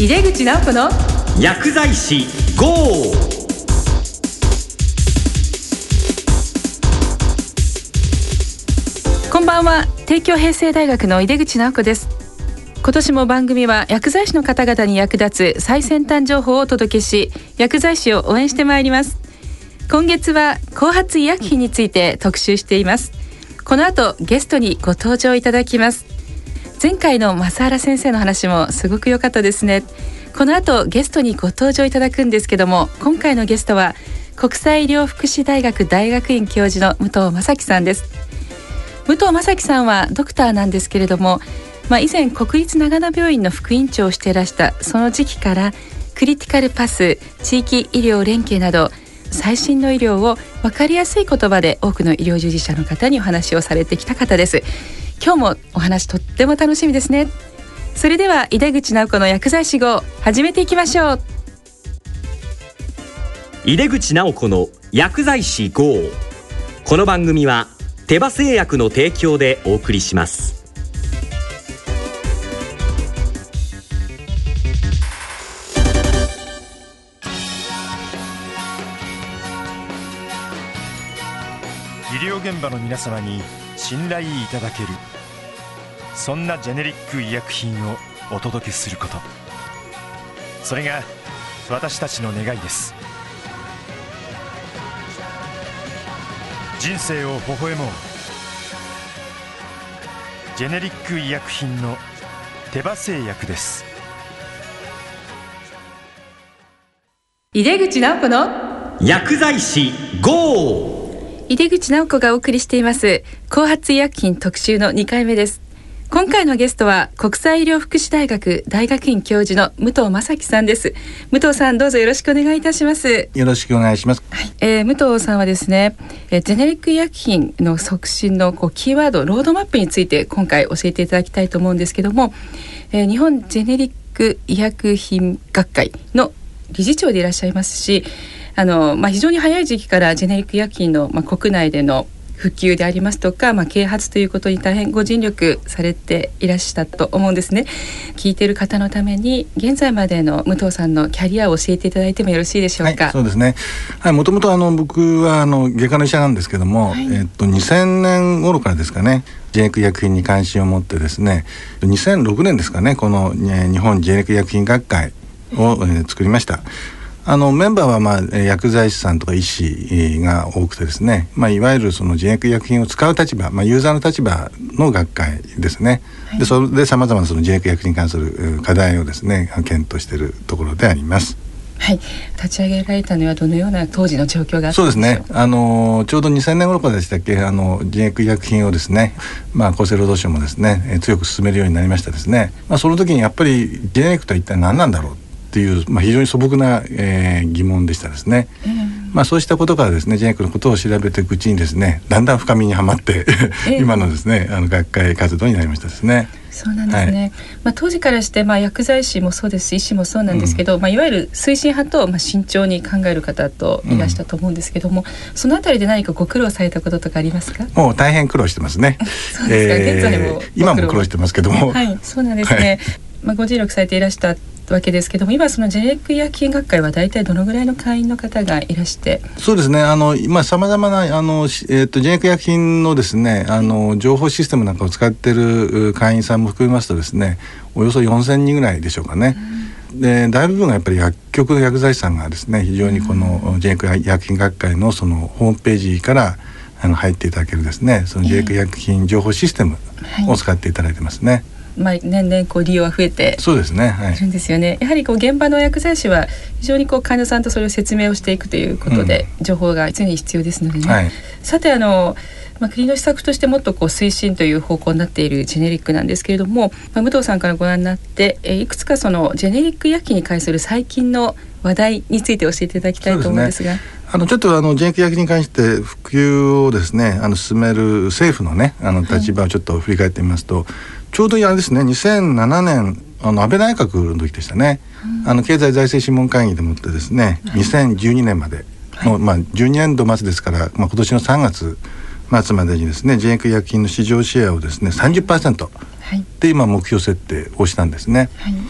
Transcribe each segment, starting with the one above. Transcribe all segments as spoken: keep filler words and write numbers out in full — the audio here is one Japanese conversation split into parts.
井出口直子の薬剤師 ゴー。 こんばんは。帝京平成大学の井出口直子です。今年も番組は薬剤師の方々に役立つ最先端情報をお届けし、薬剤師を応援してまいります。今月は後発医薬品について特集しています。この後ゲストにご登場いただきます。前回の増原先生の話もすごく良かったですね。この後ゲストにご登場いただくんですけども、今回のゲストは国際医療福祉大学大学院教授の武藤正樹さんです。武藤正樹さんはドクターなんですけれども、まあ、以前国立長野病院の副院長をしていらしたその時期からクリティカルパス、地域医療連携など最新の医療を分かりやすい言葉で多くの医療従事者の方にお話をされてきた方です。今日もお話とっても楽しみですね。それでは井出口直子の薬剤師号始めていきましょう。 井出口直子の薬剤師 ゴー。 この番組は手羽製薬の提供でお送りします。 医療現場の皆様に信頼いただける、そんなジェネリック医薬品をお届けすること、それが私たちの願いです。人生を微笑もう。ジェネリック医薬品の手羽製薬です。 井出口直子の薬剤師 ゴー。 井出口直子がお送りしています後発医薬品特集のにかいめです。今回のゲストは国際医療福祉大学大学院教授の武藤正樹さんです。武藤さん、どうぞよろしくお願いいたします。 よろしくお願いします。 はい、えー、武藤さんはですね、えー、ジェネリック医薬品の促進のこうキーワード、ロードマップについて今回教えていただきたいと思うんですけども、えー、日本ジェネリック医薬品学会の理事長でいらっしゃいますし、あの、まあ、非常に早い時期からジェネリック医薬品の、まあ、国内での普及でありますとか、まあ、啓発ということに大変ご尽力されていらしたと思うんですね。聞いている方のために現在までの武藤さんのキャリアを教えていただいてもよろしいでしょうか。 はい、そうですね。はい、もともとあの僕はあの外科の医者なんですけども、はい、えっと、にせんねん頃からですかね、ジェネリック医薬品に関心を持ってですね、にせんろくねんですかね、この、えー、日本ジェネリック医薬品学会を、えー、作りました。あのメンバーは、まあ、薬剤師さんとか医師が多くてですね、まあ、いわゆるそのジェネリック医薬品を使う立場、まあ、ユーザーの立場の学会ですね。はい、でそれでさまざまなそのジェネリック医薬品に関する課題をですね検討しているところであります。 はい、立ち上げられたのはどのような当時の状況があったんでしょう。 そうですね、あのちょうどにせんねん頃からでしたっけ、あのジェネリック医薬品をですね、まあ、厚生労働省もですね、え強く進めるようになりましたですね。まあ、その時にやっぱりジェネリックとは一体何なんだろうっていう、まあ、非常に素朴な、えー、疑問でしたですね。えーまあ、そうしたことからですね、ジェネリックのことを調べていくうちにですね、だんだん深みにはまって今のですね、あの学会活動になりましたですね。 そうなんですね。はい、まあ、当時からして、まあ、薬剤師もそうですし医師もそうなんですけど、うん、まあ、いわゆる推進派と、まあ、慎重に考える方といらしたと思うんですけども、うん、そのあたりで何かご苦労されたこととかありますか。 もう大変苦労してますね。 そうですか、えー、現在も今も苦労してますけども、 はい、そうなんですね。はい、まあ、ご尽力されていらしたわけですけども、今そのジェネリック医薬品学会は大体どのぐらいの会員の方がいらして。 そうですね、あの今さまざまなあの、えー、とジェネリック医薬品のですね、あの情報システムなんかを使っている会員さんも含めますとですね、およそよんせんにんぐらいでしょうかね。うん、で大部分がやっぱり薬局の薬剤師さんがですね、非常にこのジェネリック医薬品学会のそのホームページからあの入っていただけるですね、そのジェネリック医薬品情報システムを使っていただいてますね。はい、 まあ、年々こう利用は増えてそうですね、はい、 いるんですよね。やはりこう現場の薬剤師は非常にこう患者さんとそれを説明をしていくということで、うん、情報が常に必要ですのでね。はい、さてあの、まあ、国の施策としてもっとこう推進という方向になっているジェネリックなんですけれども、まあ、武藤さんからご覧になって、えいくつかそのジェネリック医薬品に関する最近の話題について教えていただきたいと思うんですが。 あのちょっとあのジェネリック医薬品に関して普及をですね、あの進める政府のね、あの立場をちょっと振り返ってみますと、はい、ちょうどあれですね、にせんななねんあの安倍内閣の時でしたね。うん、あの経済財政諮問会議でもってですね、はい、にせんじゅうにねんまでの、はい、まあ、じゅうにねんど末ですから、まあ、今年のさんがつ末までにですね、ジェネリック医薬品の市場シェアをですね さんじゅっパーセント で今目標設定をしたんですね。はい、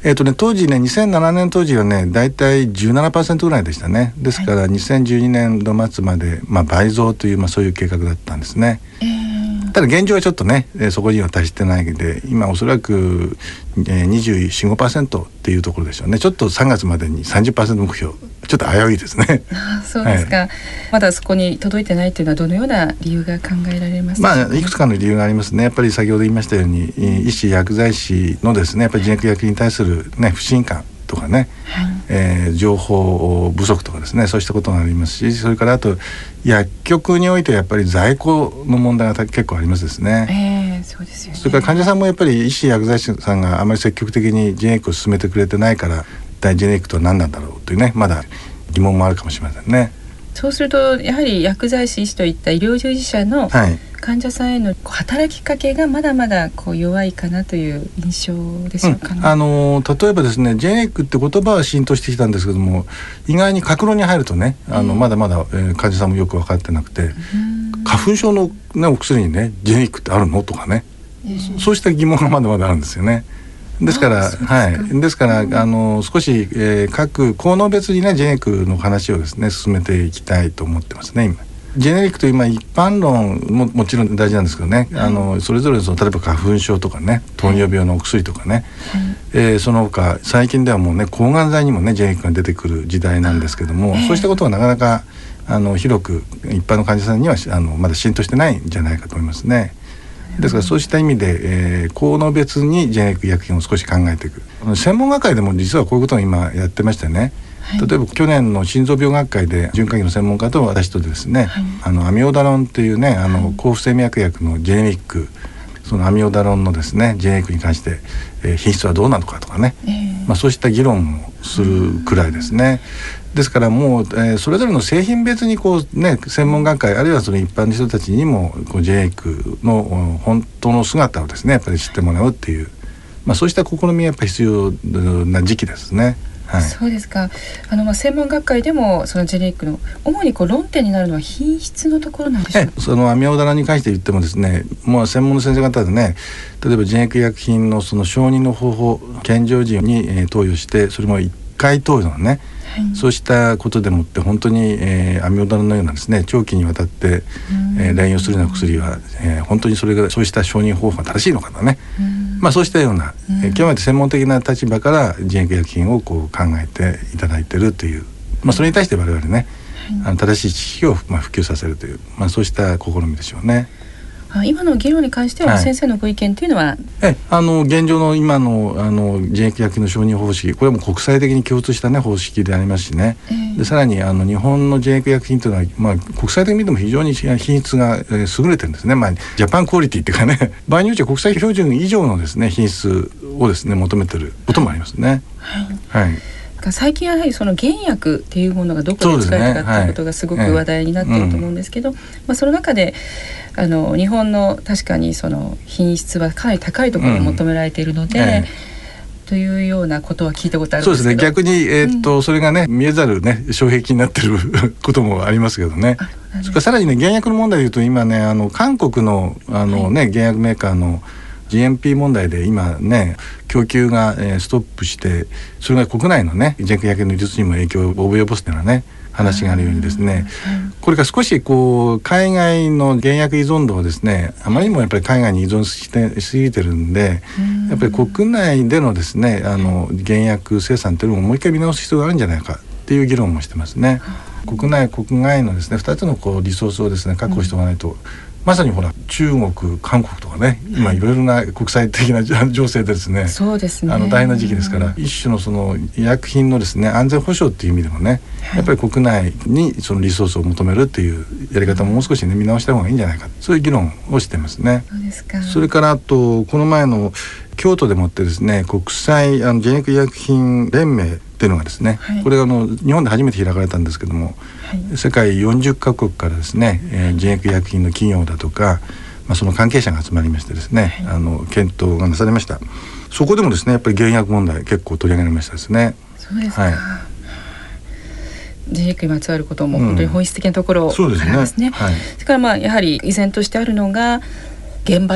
えーとね、当時ねにせんななねん当時はねだいたい じゅうななパーセント ぐらいでしたね。ですから、はい、にせんじゅうにねんど末まで、まあ、倍増という、まあ、そういう計画だったんですね。えー、ただ現状はちょっとね、えー、そこには達してないので今おそらく、えー、にじゅうよん、ごパーセント っていうところでしょうね。ちょっとさんがつまでに さんじゅっパーセント 目標ちょっと危ういですね。 あ、そうですか、はい、まだそこに届いてないというのはどのような理由が考えられますか。 まあ、いくつかの理由がありますね。やっぱり先ほど言いましたように医師薬剤師のですねやっぱり人薬薬品に対する、ね、不信感とかね、はい、えー、情報不足とかですねそうしたことがありますし、それからあと薬局においてやっぱり在庫の問題が結構ありますですね。 えー、そうですよね。 それから患者さんもやっぱり医師薬剤師さんがあまり積極的にジェネリックを進めてくれてないから、一体ジェネリックとは何なんだろうというねまだ疑問もあるかもしれませんね。 そうするとやはり薬剤師医師といった医療従事者の患者さんへの働きかけがまだまだこう弱いかなという印象でしょうかね。 うん、あの例えばですねジェネリックって言葉は浸透してきたんですけども、意外に格論に入るとねあの、えー、まだまだ、えー、患者さんもよく分かってなくて、花粉症の、ね、お薬にねジェネリックってあるのとかね、えー、そうした疑問がまだまだあるんですよね。ですから、はい、ですから、うん、あの少し、えー、各効能別にねジェネリックの話をですね進めていきたいと思ってますね。今ジェネリックという今一般論ももちろん大事なんですけどね、はい、あのそれぞれその例えば花粉症とかね糖尿病のお薬とかね、はい、えー、その他最近ではもうね抗がん剤にもねジェネリックが出てくる時代なんですけども、えー、そうしたことがなかなかあの広く一般の患者さんにはあのまだ浸透してないんじゃないかと思いますね。ですからそうした意味で、えー、効能別にジェネリック医薬品を少し考えていく。専門学会でも実はこういうことを今やってましてね、はい、例えば去年の心臓病学会で循環器の専門家と私とでですね、はい、あのアミオダロンっていうねあの抗不整脈薬のジェネリック、そのアミオダロンのですねジェネリックに関して、えー、品質はどうなのかとかね、えーまあ、そうした議論もするくらいですね。ですからもう、えー、それぞれの製品別にこう、ね、専門学会あるいはその一般の人たちにもこうジェネリックの本当の姿をですねやっぱり知ってもらうっていう、まあ、そうした試みがやっぱり必要な時期ですね。はい、 そうですか。あの、まあ、専門学会でもそのジェネリックの主にこう論点になるのは品質のところなんでしょうか。 えそのアミオダロンに関して言ってもですね、もう専門の先生方でね例えばジェネリック医薬品のその承認の方法健常時に、えー、投与してそれもいっかい投与のね、はい、そうしたことでもって本当に、えー、アミオダロンのようなですね長期にわたって、えー、乱用するような薬は、えー、本当にそれがそうした承認方法が正しいのかなね、まあ、そうしたような、えー、極めて専門的な立場からジェネリック医薬品をこう考えていただいているという、まあ、それに対して我々ね、はい、あの正しい知識を、まあ、普及させるという、まあ、そうした試みでしょうね。 今の議論に関しては先生のご意見というのは、はい、 えあの現状の今のあのジェネリック医薬品の承認方式、これはもう国際的に共通した、ね、方式でありますしね、えー、でさらにあの日本のジェネリック医薬品というのは、まあ、国際的に見ても非常に品質が、えー、優れてるんですね。まあ、ジャパンクオリティっていうかね場合によっては国際標準以上のですね品質をですね求めてることもありますね。はい、はい、 最近はやはりその原薬っていうものがどこで使えるかということがすごく話題になっていると思うんですけど、まあ、その中であの日本の確かにその品質はかなり高いところを求められているので、うんええ、というようなことは聞いたことあるんですけど、 そうですね、逆に、えーっとうん、それがね見えざるね障壁になっていることもありますけどね。それからさらにね原薬の問題でいうと今ねあの韓国のあの、ねはい、原薬メーカーのジーエムピー 問題で今ね供給が、えー、ストップしてそれが国内のねジェネリック医薬品の流通にも影響を及ぼすというようなね話があるようにですね、これが少しこう海外の原薬依存度をですねあまりにもやっぱり海外に依存してしすぎてるんで、やっぱり国内でのですねあの原薬生産というのをもう一回見直す必要があるんじゃないかっていう議論もしてますね。国内国外のですねふたつのこうリソースをですね確保しておかないと、うん、まさにほら中国韓国とかね今いろいろな国際的な情勢でですね、 そうですね、 あの大変な時期ですから、一種のその医薬品のですね安全保障っていう意味でもね、はい、やっぱり国内にそのリソースを求めるっていうやり方ももう少しね見直した方がいいんじゃないか、そういう議論をしてますね。 そうですか。 それからあとこの前の京都でもってですね国際あのジェネリック医薬品連盟っていうのがですね、はい、これあの日本で初めて開かれたんですけども、はい、世界よんじゅっかこくからですね、えー、ジェネリック医薬品の企業だとか、まあ、その関係者が集まりましてですね、はい、あの検討がなされました。そこでもですねやっぱり原薬問題結構取り上げられましたですね。 そうですか、はい、ジェネリックにまつわることも本当に本質的なところがありますね。それからまあやはり依然としてあるのが現場で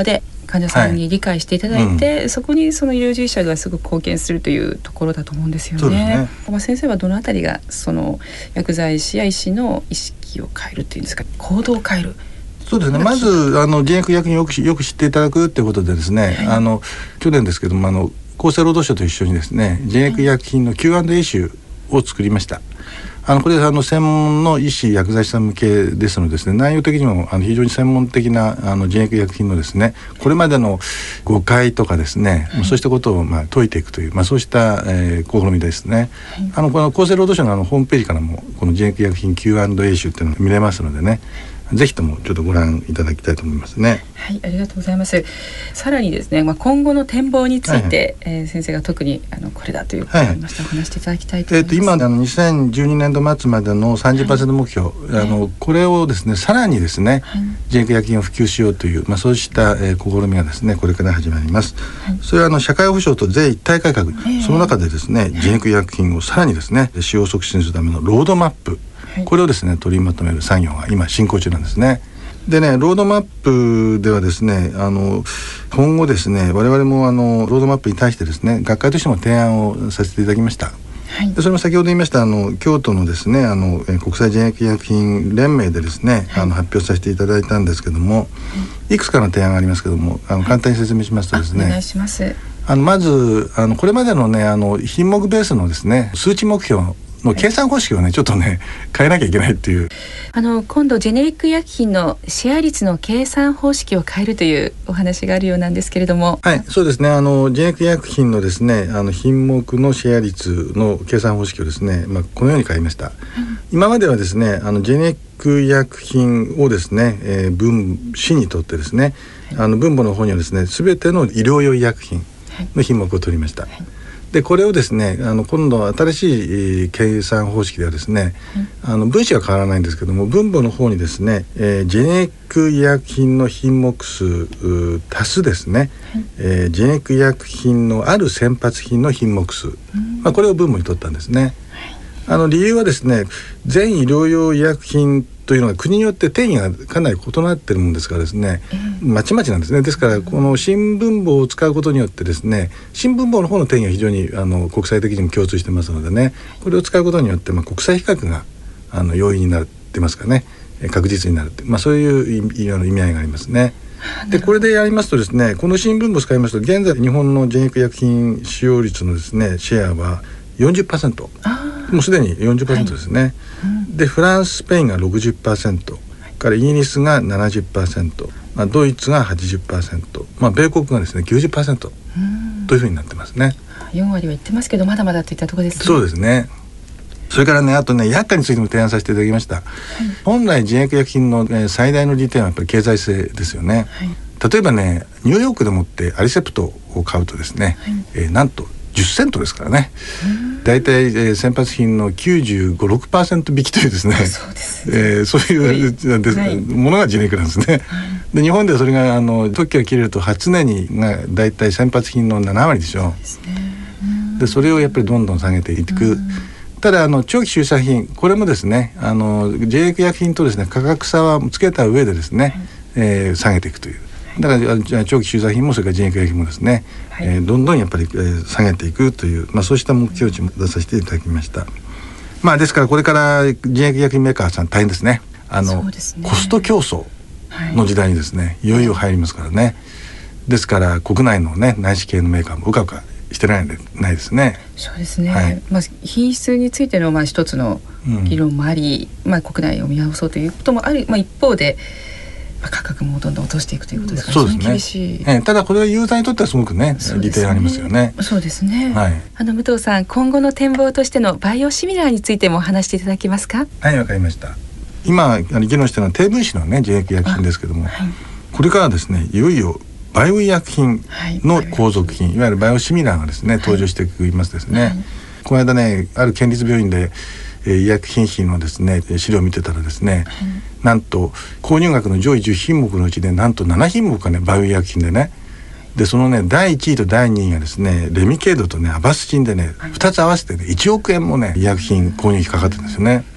患者さんに理解していただいて、はい、うん、そこにその医療従事者がすごく貢献するというところだと思うんですよね。そうですね。まあ、先生はどのあたりがその薬剤師や医師の意識を変えるっていうんですか、行動を変える。 そうですね。まずあの人薬医薬品をよくよく知っていただくということでですね、はい、あの去年ですけども、あの厚生労働省と一緒にですね、人薬医薬品の キューアンドエー 集を作りました。あのこれあの専門の医師薬剤師さん向けですのでですね、内容的にもあの非常に専門的なあの人薬医薬品のですね、これまでの誤解とかですね、はい、そうしたことをまあ解いていくという、まあ、そうした、えー、試みですね、はい、あのこの厚生労働省のあのホームページからもこの人薬医薬品 キューアンドエー 集っていうのが見れますのでね、ぜひともちょっとご覧いただきたいと思いますね。 はい、ありがとうございます。さらにですね、まあ、今後の展望について、はいはい、えー、先生が特にあのこれだということがありましたら、はいはい、お話していただきたいと思います。えー、と今あのにせんじゅうにねんど末までの さんじゅっパーセント 目標、はい、あのこれをですねさらにですね、はい、人薬医薬品を普及しようという、まあ、そうした、えー、試みがですねこれから始まります。はい、それはあの社会保障と税一体改革、はい、その中でですね人薬医薬品をさらにですね使用促進するためのロードマップ、はい、これをですね取りまとめる作業が今進行中なんですね。でね、ロードマップではですね、あの今後ですね我々もあのロードマップに対してですね学会としても提案をさせていただきました。はい、でそれも先ほど言いましたあの京都のですねあの国際人薬医薬品連盟でですね、はい、あの発表させていただいたんですけども、はい、いくつかの提案がありますけども、あの簡単に説明しますとですね、 お願いします。 あのまずあのこれまでのねあの品目ベースのですね数値目標の計算方式をねちょっとね変えなきゃいけないっていう、 あの今度ジェネリック医薬品のシェア率の計算方式を変えるというお話があるようなんですけれども。 はい、そうですね。あのジェネリック医薬品のですねあの品目のシェア率の計算方式をですね、まあ、このように変えました。うん、今まではですねあのジェネリック医薬品をですね、えー、分子にとってですね、はい、あの分母の方にはですね全ての医療用医薬品の品目を取りました。はい、でこれをですねあの今度新しい、えー、計算方式ではですね、うん、あの分子は変わらないんですけども分母の方にですね、えー、ジェネリック医薬品の品目数足すですね、はい、えー、ジェネリック医薬品のある先発品の品目数、うん、まあ、これを分母に取ったんですね。はい、あの理由はですね全医療用医薬品というのは国によって定義がかなり異なっているものですからですね、えー、まちまちなんですね。ですからこの新分母を使うことによってですね新分母の方の定義が非常にあの国際的にも共通してますのでね、これを使うことによって、まあ、国際比較があの容易になってますかね、確実になるって、まあ、そういう意味合いがありますね。でこれでやりますとですねこの新分母を使いますと現在日本のジェネリック医薬品使用率のですねシェアは よんじゅっパーセント、もうすでに よんじゅっパーセント ですね。はい、うん、でフランススペインが ろくじゅっパーセント、はい、からイギリスが ななじゅっパーセント、まあ、ドイツが はちじゅっパーセント、まあ、米国がですね きゅうじゅっパーセント というふうになってますね。 よんわりは言ってますけどまだまだといったところですね。 そうですね。それからねあとね薬価についても提案させていただきました。はい、本来人薬医薬品の、えー、最大の利点はやっぱり経済性ですよね。はい、例えばねニューヨークでもってアリセプトを買うとですね、はい、えー、なんとじゅっセントですからね。だいたい、えー、先発品の きゅうじゅうご、ろくパーセント 引きというですね、そうですね、えー、そういう、はい、ものがジェネリックなんですね。はい、で日本ではそれがあの特許が切れると初値にがだいたい先発品のななわりでしょう。そうですね。でそれをやっぱりどんどん下げていく。ただあの長期注射品これもですねあのジェネリック医薬品とですね価格差はつけた上でですね、はい、えー、下げていくという。だから長期注射品もそれから人薬医薬品もですね、はい、えー、どんどんやっぱり、えー、下げていくという、まあ、そうした目標値も出させていただきました。まあ、ですからこれから人薬医薬品メーカーさん大変ですね。あのそうですね、コスト競争の時代にですね、はい、いよいよ入りますからね。ですから国内のね内視系のメーカーもうかうかしてないないですね。 そうですね。はい、まあ、品質についてのまあ一つの議論もあり、うん、まあ、国内を見直そうということもある、まあ、一方でまあ、価格もどんどん落としていくということですから、そうですね、厳しい、 えー、ただこれはユーザーにとってはすごくね利点ありますよね。 そうですね、 はい、 あの武藤さん今後の展望としてのバイオシミラーについても話していただけますか。 はい、わかりました。今議論しているのは低分子のねジェネリック医薬品ですけども、はい、これからですねいよいよバイオ医薬品の後続品、はい、いわゆるバイオシミラーがですね登場していますですね。はい、この間ねある県立病院で医薬品費のですね資料を見てたらですね、はい、なんと購入額の上位じゅっひんもくのうちでなんとななひんもくがねバイオ医薬品でね、でそのねだいいちいとだいにいがですねレミケードとねアバスチンでね、はい、ふたつ合わせてねいちおくえんもね医薬品購入費かかってるんですよね。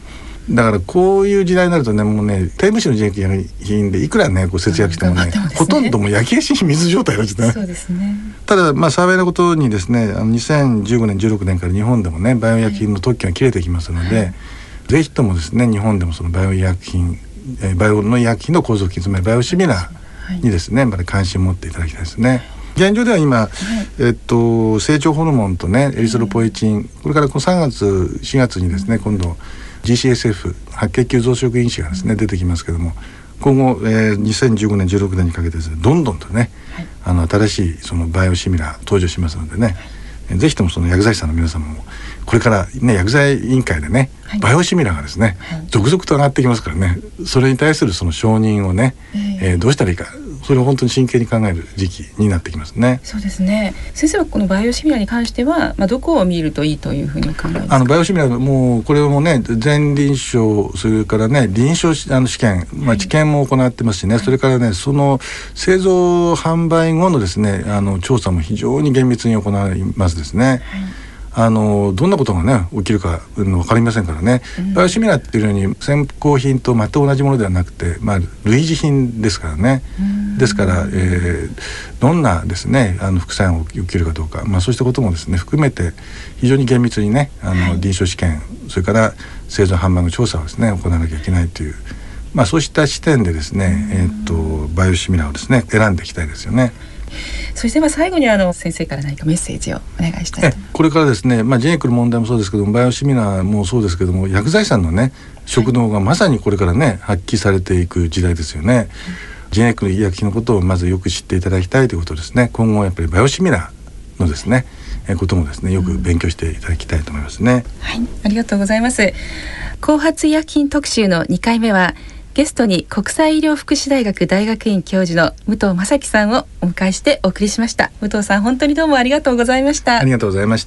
だからこういう時代になるとね、もうね低虫の人件費品でいくらねこう節約しても ね, ねほとんどもう焼け石に水状態なんですね。 そうですね。 ただまあ幸いなことにですね、あのにせんじゅうごねんじゅうろくねんから日本でもねバイオ医薬品の特許が切れてきますので、はい、ぜひともですね日本でもそのバイオ医薬品、えー、バイオの医薬品の構造菌、つまりバイオシミラーにですね、はい、まだ関心を持っていただきたいですね。現状では今、はい、えっと、成長ホルモンとねエリスロポエチン、はい、これからこのさんがつしがつにですね今度 ジーシーエスエフ 白血球増殖因子がですね出てきますけども、今後、えー、にせんじゅうごねんじゅうろくねんにかけてですねどんどんとね、はい、あの新しいそのバイオシミラー登場しますのでね、はい、ぜひともその薬剤師さんの皆様もこれからね薬剤委員会でね、はい、バイオシミラーがですね、はい、続々と上がってきますからね、それに対するその承認をね、えー、どうしたらいいか、それを本当に真剣に考える時期になってきますね。 そうですね。先生はこのバイオシミラーに関しては、まあ、どこを見るといいというふうにお考えですか？ あのバイオシミラーもうこれもね前臨床、それからね臨床あの試験、まあ、治験も行ってますしね、はい、それからねその製造販売後のですねあの調査も非常に厳密に行いますですね。はい、あのどんなことがね起きるか分かりませんからね、うん、バイオシミラーっていうように先行品と全く同じものではなくて、まあ、類似品ですからね、うん、ですから、えー、どんなですねあの副作用が起きるかどうか、まあ、そうしたこともですね含めて非常に厳密にねあの、はい、臨床試験、それから製造販売の調査をですね行わなきゃいけないという、まあ、そうした視点でですね、うん、えー、っとバイオシミラーをですね選んでいきたいですよね。 そしてまあ最後にあの先生から何かメッセージをお願いしたいと。 これからですね、まあ、ジェネリックの問題もそうですけどもバイオシミラーもそうですけども薬剤師さんのね職能がまさにこれからね発揮されていく時代ですよね。ジェネリックの医薬品のことをまずよく知っていただきたいということですね。今後やっぱりバイオシミラーのですねえこともですねよく勉強していただきたいと思いますね。うん、 はい、ありがとうございます。後発医薬品特集のにかいめはゲストに国際医療福祉大学大学院教授の武藤正樹さんをお迎えしてお送りしました。武藤さん、本当にどうもありがとうございました。 ありがとうございました。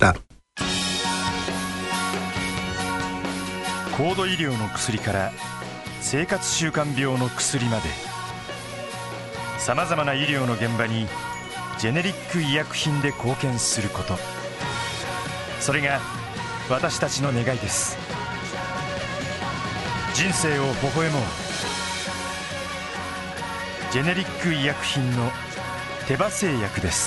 高度医療の薬から生活習慣病の薬まで、さまざまな医療の現場にジェネリック医薬品で貢献すること、それが私たちの願いです。人生を微笑もう。ジェネリック医薬品の手羽製薬です。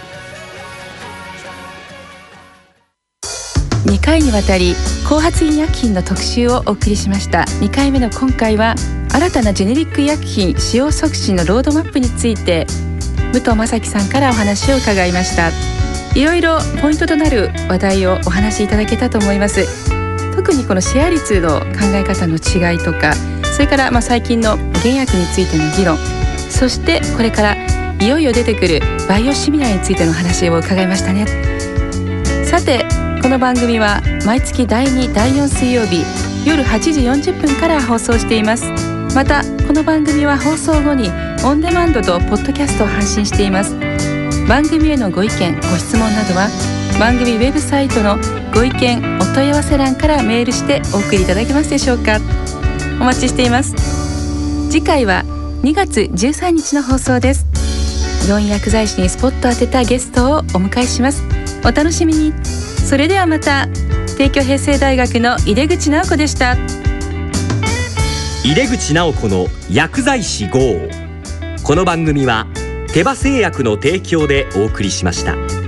にかいにわたり後発医薬品の特集をお送りしました。にかいめの今回は新たなジェネリック医薬品使用促進のロードマップについて武藤正樹さんからお話を伺いました。いろいろポイントとなる話題をお話しいただけたと思います。特にこのシェア率の考え方の違いとか、それからまあ最近の原薬についての議論、そしてこれからいよいよ出てくるバイオシミラーについての話を伺いましたね。さてこの番組は毎月だいにだいよん水曜日夜はちじよんじゅっぷんから放送しています。またこの番組は放送後にオンデマンドとポッドキャストを配信しています。番組へのご意見ご質問などは番組ウェブサイトのご意見お問い合わせ欄からメールしてお送りいただけますでしょうか。お待ちしています。次回はにがつじゅうさんにちの放送です。病院薬剤師にスポット当てたゲストをお迎えします。お楽しみに。それではまた。帝京平成大学の井出口直子でした。 井出口直子の薬剤師号。この番組は手羽製薬の提供でお送りしました。